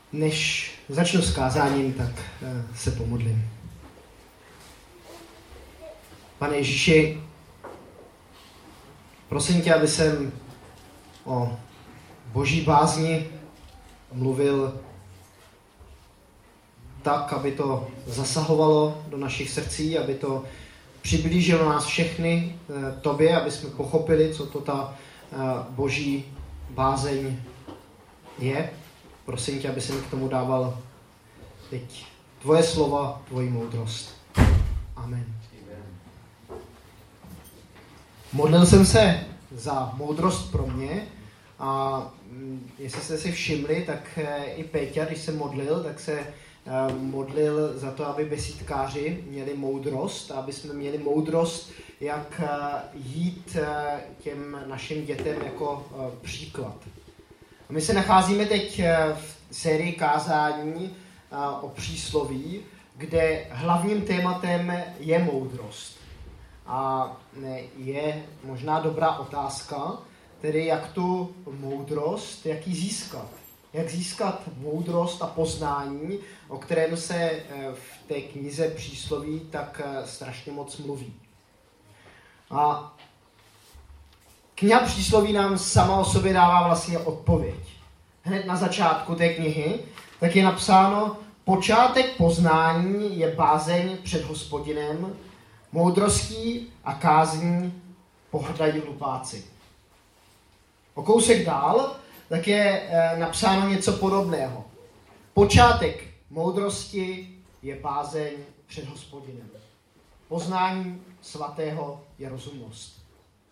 Než začnu s kázáním, tak se pomodlím. Pane Ježíši, prosím tě, aby jsem o boží bázni mluvil tak, aby to zasahovalo do našich srdcí, aby to přiblížilo nás všechny tobě, aby jsme pochopili, co to ta boží bázeň je. Prosím tě, aby se mi k tomu dával teď tvoje slova, tvoji moudrost. Amen. Modlil jsem se za moudrost pro mě a jestli jste si všimli, tak i Péťa, když se modlil, tak se modlil za to, aby besídkáři měli moudrost, aby jsme měli moudrost, jak jít těm našim dětem jako příklad. A my se nacházíme teď v sérii kázání o přísloví, kde hlavním tématem je moudrost. A je možná dobrá otázka, tedy jak tu moudrost, jak ji získat. Jak získat moudrost a poznání, o kterém se v té knize přísloví tak strašně moc mluví. A kniha přísloví nám sama o sobě dává vlastně odpověď. Hned na začátku té knihy tak je napsáno: počátek poznání je bázeň před Hospodinem, moudrostí a kázní pohrdají hlupáci. O kousek dál tak je napsáno něco podobného. Počátek moudrosti je bázeň před Hospodinem. Poznání svatého je rozumnost.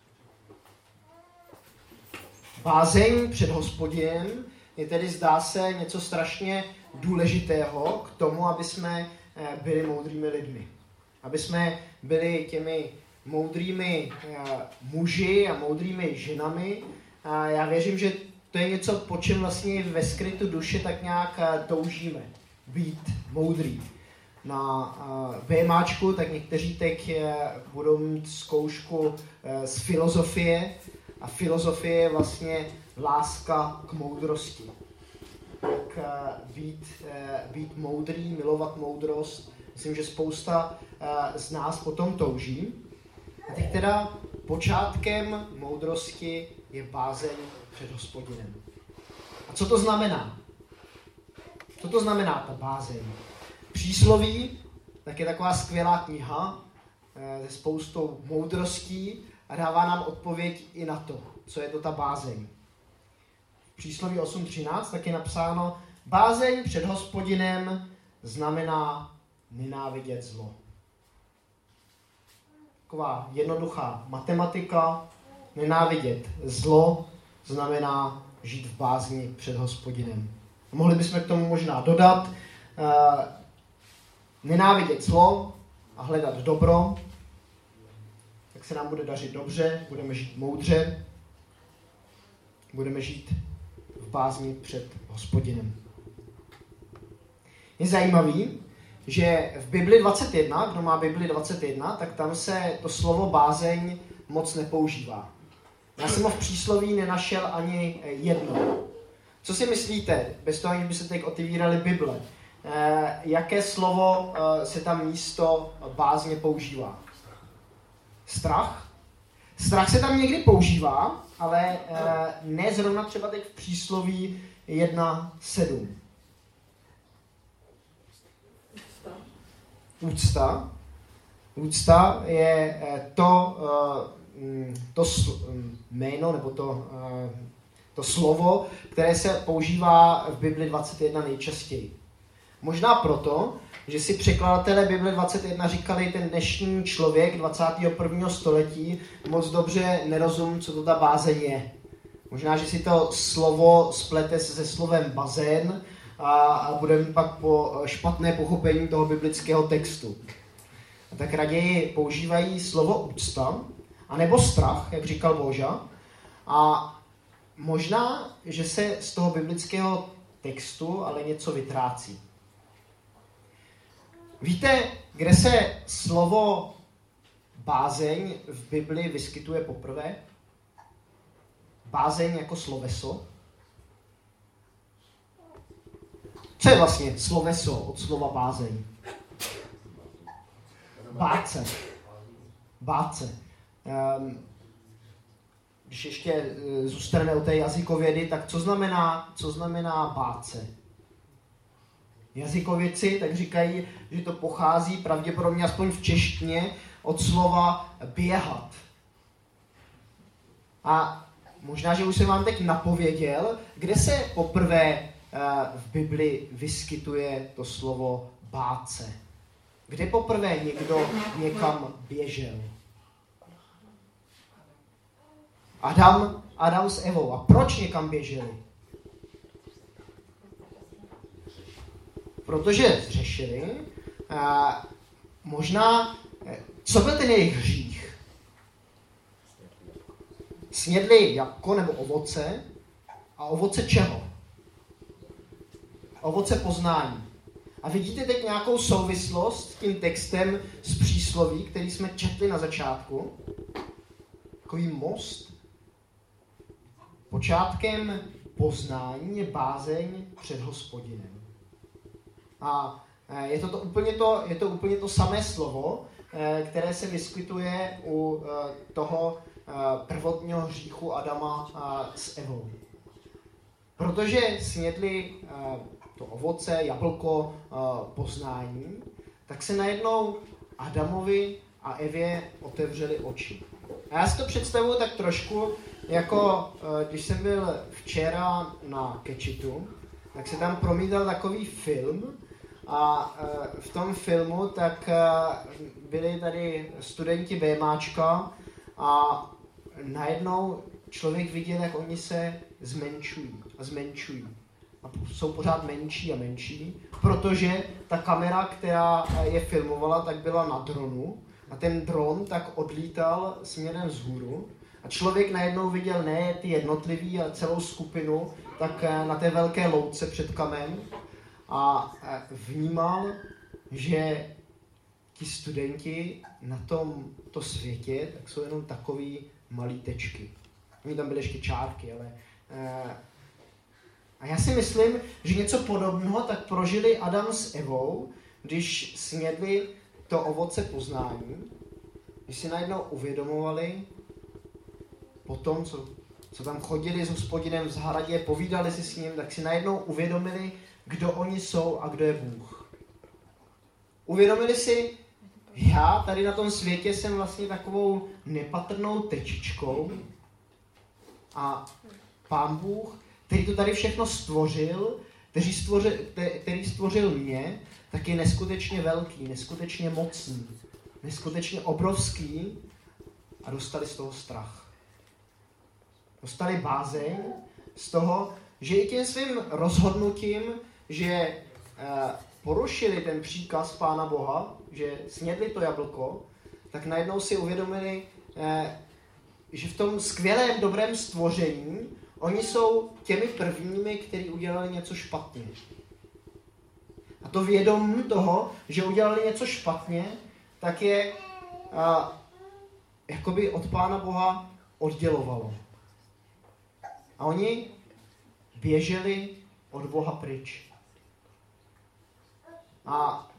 Bázeň před Hospodinem je tedy, zdá se, něco strašně důležitého k tomu, aby jsme byli moudrými lidmi. Aby jsme byli těmi moudrými muži a moudrými ženami. A já věřím, že to je něco, po čem vlastně ve skrytu duše tak nějak toužíme. Být moudrý. Na BMAčku tak někteří teď budou mít zkoušku z filozofie. A filozofie je vlastně láska k moudrosti. Jak být moudrý, milovat moudrost. Myslím, že spousta z nás potom touží. A teď teda počátkem moudrosti je bázeň před Hospodinem. A co to znamená? Co to znamená ta bázeň? Přísloví tak je taková skvělá kniha se spoustou moudrostí a dává nám odpověď i na to, co je to ta bázeň. V přísloví 8.13 tak je napsáno: bázeň před Hospodinem znamená nenávidět zlo. Taková jednoduchá matematika. Nenávidět zlo znamená žít v bázni před Hospodinem. A mohli bychom k tomu možná dodat nenávidět zlo a hledat dobro, tak se nám bude dařit dobře, budeme žít moudře, budeme žít v bázni před Hospodinem. Je zajímavý, že v Bibli 21, kdo má Bibli 21, tak tam se to slovo bázeň moc nepoužívá. Já jsem ho v přísloví nenašel ani jedno. Co si myslíte, bez toho, aniž by se teď otevírali Bible, jaké slovo se tam místo bázně používá? Strach? Strach se tam někdy používá, ale ne zrovna třeba teď v přísloví 1.7. Úcta. Úcta je to jméno nebo to slovo, které se používá v Bibli 21 nejčastěji. Možná proto, že si překladatelé Bible 21 říkali, ten dnešní člověk 21. století moc dobře nerozumí, co to ta bázeň je. Možná, že si to slovo splete se slovem bazén a budeme pak po špatné pochopení toho biblického textu. A tak raději používají slovo úcta, anebo strach, jak říkal Boža. A možná, že se z toho biblického textu ale něco vytrácí. Víte, kde se slovo bázeň v Bibli vyskytuje poprvé? Bázeň jako sloveso. Co je vlastně sloveso od slova bázeň? Bát se. Bát se. Když ještě zůstaneme u té jazykovědy, tak co znamená bát se? Jazykovědci tak říkají, že to pochází pravděpodobně aspoň v češtině od slova běhat. A možná, že už jsem vám teď napověděl, kde se poprvé v Bibli vyskytuje to slovo bát se. Kde poprvé někdo někam běžel? Adam s Evou. A proč někam běželi? Protože zřešili. Možná, co byl ten jejich hřích? Snědli jabko nebo ovoce. A ovoce čeho? Ovoce poznání. A vidíte teď nějakou souvislost s tím textem z přísloví, který jsme četli na začátku? Takový most. Počátkem poznání je bázeň před Hospodinem. A je to úplně to samé slovo, které se vyskytuje u toho prvotního hříchu Adama s Evou. Protože snědli to ovoce, jablko poznání, tak se najednou Adamovi a Evě otevřely oči. A já si to představuji tak trošku, jako když jsem byl včera na Kečitu, tak se tam promítal takový film a v tom filmu tak byli tady studenti BMAčka a najednou člověk viděl, jak oni se zmenšují. A jsou pořád menší a menší, protože ta kamera, která je filmovala, tak byla na dronu a ten dron tak odlítal směrem vzhůru a člověk najednou viděl ne ty jednotlivý, ale celou skupinu, tak na té velké louce před kamem a vnímal, že ti studenti na tomto světě tak jsou jenom takový malý tečky. Oni tam byly ještě čárky, ale... A já si myslím, že něco podobného tak prožili Adam s Evou, když snědli to ovoce poznání, když si najednou uvědomovali po tom, co tam chodili s Hospodinem v zahradě, povídali si s ním, tak si najednou uvědomili, kdo oni jsou a kdo je Bůh. Uvědomili si, já tady na tom světě jsem vlastně takovou nepatrnou tečičkou a Pán Bůh, který to tady všechno stvořil, který stvořil mě, tak je neskutečně velký, neskutečně mocný, neskutečně obrovský a dostali z toho strach. Dostali bázeň z toho, že i tím svým rozhodnutím, že porušili ten příkaz Pána Boha, že snědli to jablko, tak najednou si uvědomili, že v tom skvělém, dobrém stvoření oni jsou těmi prvními, kteří udělali něco špatně. A to vědomí toho, že udělali něco špatně, tak je jakoby od Pána Boha oddělovalo. A oni běželi od Boha pryč. A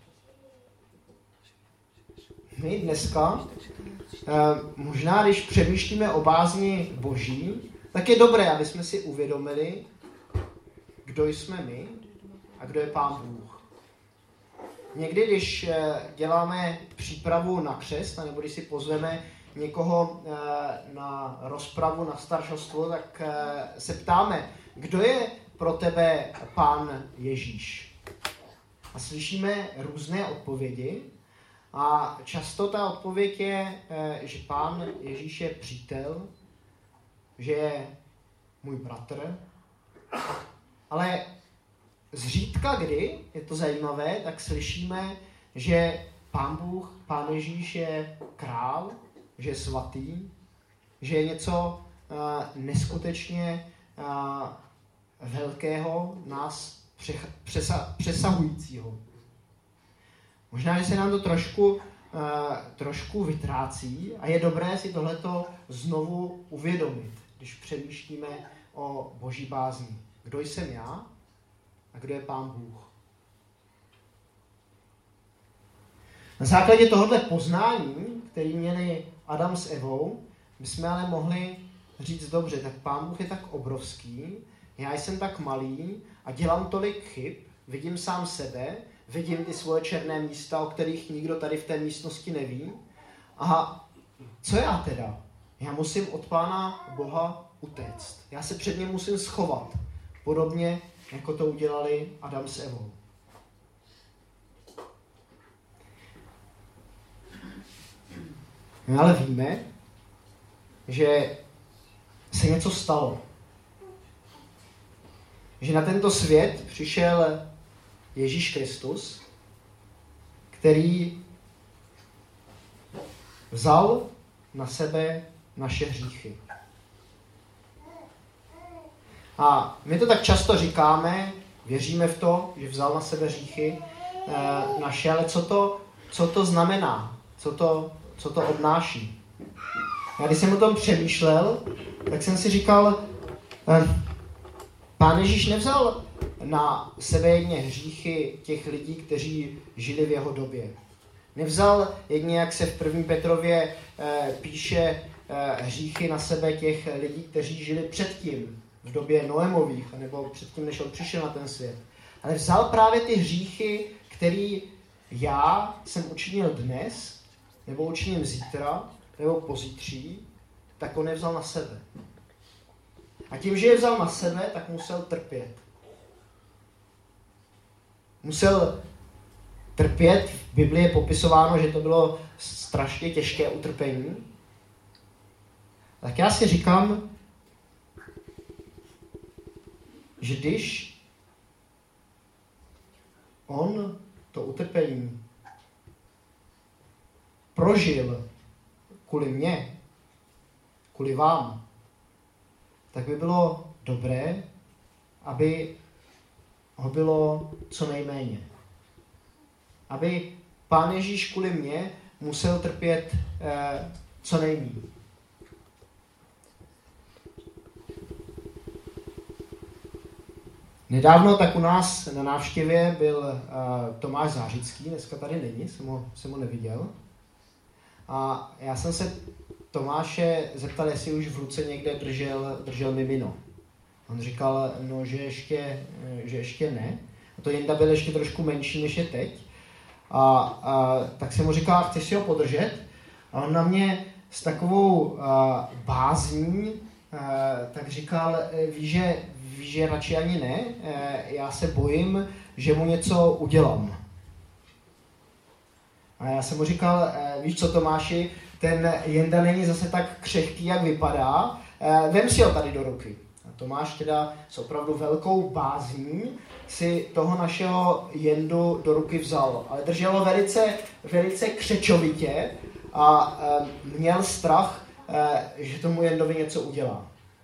my dneska, možná když přemýšlíme o bázni Boží, tak je dobré, aby jsme si uvědomili, kdo jsme my a kdo je Pán Bůh. Někdy, když děláme přípravu na křest, nebo když si pozveme někoho na rozpravu, na staršostvo, tak se ptáme, kdo je pro tebe Pán Ježíš. A slyšíme různé odpovědi a často ta odpověď je, že Pán Ježíš je přítel, že je můj bratr, ale zřídka kdy, je to zajímavé, tak slyšíme, že Pán Bůh, Pán Ježíš je král, že je svatý, že je něco neskutečně velkého, nás přesahujícího. Možná, že se nám to trošku vytrácí a je dobré si tohleto znovu uvědomit, když přemýšlíme o Boží bázni. Kdo jsem já a kdo je Pán Bůh. Na základě tohoto poznání, který měli Adam s Evou, bychom ale mohli říct dobře, tak Pán Bůh je tak obrovský, já jsem tak malý a dělám tolik chyb, vidím sám sebe, vidím ty svoje černé místa, o kterých nikdo tady v té místnosti neví. A co já teda? Já musím od Pána Boha utéct. Já se před ním musím schovat. Podobně, jako to udělali Adam s Evou. My ale víme, že se něco stalo. Že na tento svět přišel Ježíš Kristus, který vzal na sebe naše hříchy. A my to tak často říkáme, věříme v to, že vzal na sebe hříchy naše, ale co to znamená? Co to obnáší? Já když jsem o tom přemýšlel, tak jsem si říkal, Pán Ježíš nevzal na sebe jedně hříchy těch lidí, kteří žili v jeho době. Nevzal jedně, jak se v 1. Petrově píše, hříchy na sebe těch lidí, kteří žili předtím, v době Noemových, nebo předtím, než on přišel na ten svět. Ale vzal právě ty hříchy, které já jsem učinil dnes, nebo učiním zítra, nebo pozítří, tak on je vzal na sebe. A tím, že je vzal na sebe, tak musel trpět. Musel trpět, v Biblii je popisováno, že to bylo strašně těžké utrpení. Tak já si říkám, že když on to utrpení prožil kvůli mně, kvůli vám, tak by bylo dobré, aby ho bylo co nejméně. Aby Pán Ježíš kvůli mně musel trpět co nejméně. Nedávno tak u nás na návštěvě byl Tomáš Zářický, dneska tady není, jsem ho neviděl. A já jsem se Tomáše zeptal, jestli už v ruce někde držel mimino. On říkal, no, že ještě ne. A to Jenda byl ještě trošku menší, než je teď. A tak jsem mu říkal, chceš si ho podržet? A on na mě s takovou bázní tak říkal, víš, že radši ani ne, já se bojím, že mu něco udělám. A já jsem mu říkal, víš co, Tomáši, ten Jenda není zase tak křehký, jak vypadá, vem si ho tady do ruky. A Tomáš teda s opravdu velkou bázní si toho našeho Jendu do ruky vzal, ale držel ho velice křečovitě a měl strach, že tomu Jendovi něco udělá.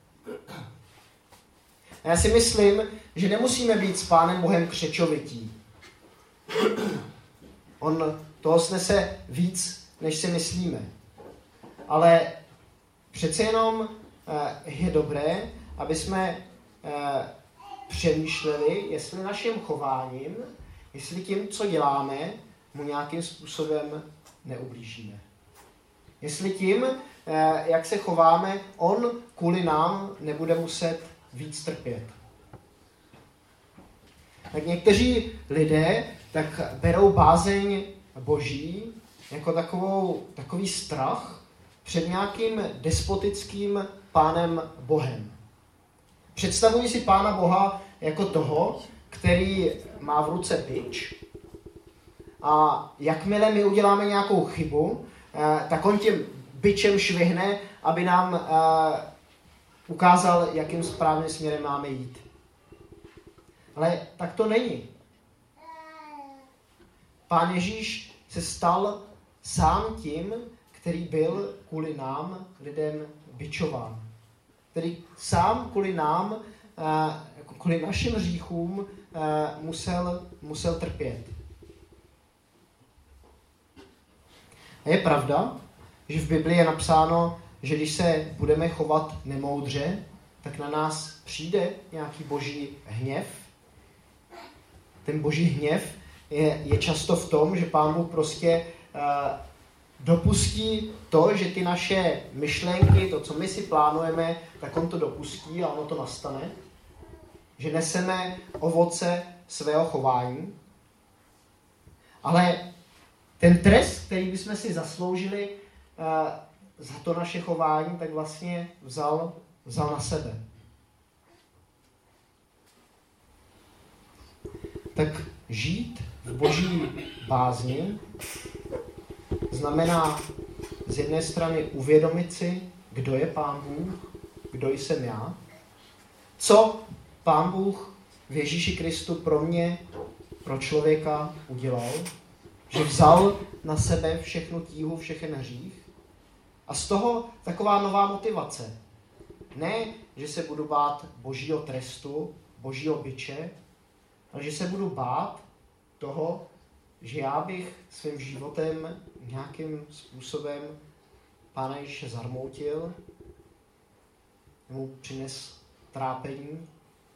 A já si myslím, že nemusíme být s Pánem Bohem křečovití. On toho snese víc, než si myslíme. Ale přece jenom je dobré, aby jsme přemýšleli, jestli naším chováním, jestli tím, co děláme, mu nějakým způsobem neublížíme. Jestli tím, jak se chováme, on kvůli nám nebude muset víc trpět. Tak někteří lidé tak berou bázeň Boží jako takový strach před nějakým despotickým Pánem Bohem. Představují si Pána Boha jako toho, který má v ruce bič a jakmile my uděláme nějakou chybu, tak on tím bičem švihne, aby nám ukázal, jakým správným směrem máme jít. Ale tak to není. Pán Ježíš se stal sám tím, který byl kvůli nám, lidem, bičován. Který sám kvůli nám, kvůli našim hříchům musel trpět. A je pravda, že v Biblii je napsáno, že když se budeme chovat nemoudře, tak na nás přijde nějaký boží hněv. ten boží hněv je často v tom, že Pán Bůh prostě dopustí to, že ty naše myšlenky, to, co my si plánujeme, tak on to dopustí a ono to nastane. Že neseme ovoce svého chování. Ale ten trest, který bychom si zasloužili za to naše chování, tak vlastně vzal na sebe. Tak žít v boží bázni znamená z jedné strany uvědomit si, kdo je Pán Bůh, kdo jsem já, co Pán Bůh v Ježíši Kristu pro mě, pro člověka udělal, že vzal na sebe všechnu tíhu, všechen hřích. A z toho taková nová motivace. Ne, že se budu bát božího trestu, božího biče, ale že se budu bát toho, že já bych svým životem nějakým způsobem Pána Ježíše zarmoutil, mu přines trápení.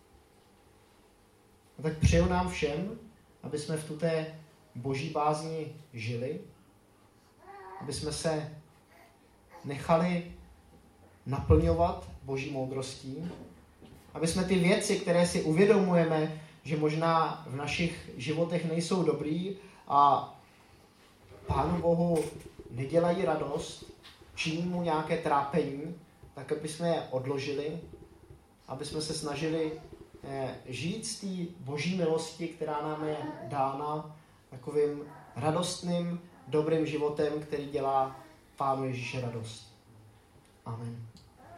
A tak přeju nám všem, aby jsme v tuté boží bázni žili, aby jsme se nechali naplňovat boží moudrostí, aby jsme ty věci, které si uvědomujeme, že možná v našich životech nejsou dobrý a Pánu Bohu nedělají radost, činí mu nějaké trápení, tak aby jsme je odložili, aby jsme se snažili žít z té boží milosti, která nám je dána takovým radostným, dobrým životem, který dělá Pánu Ježíše radost. Amen.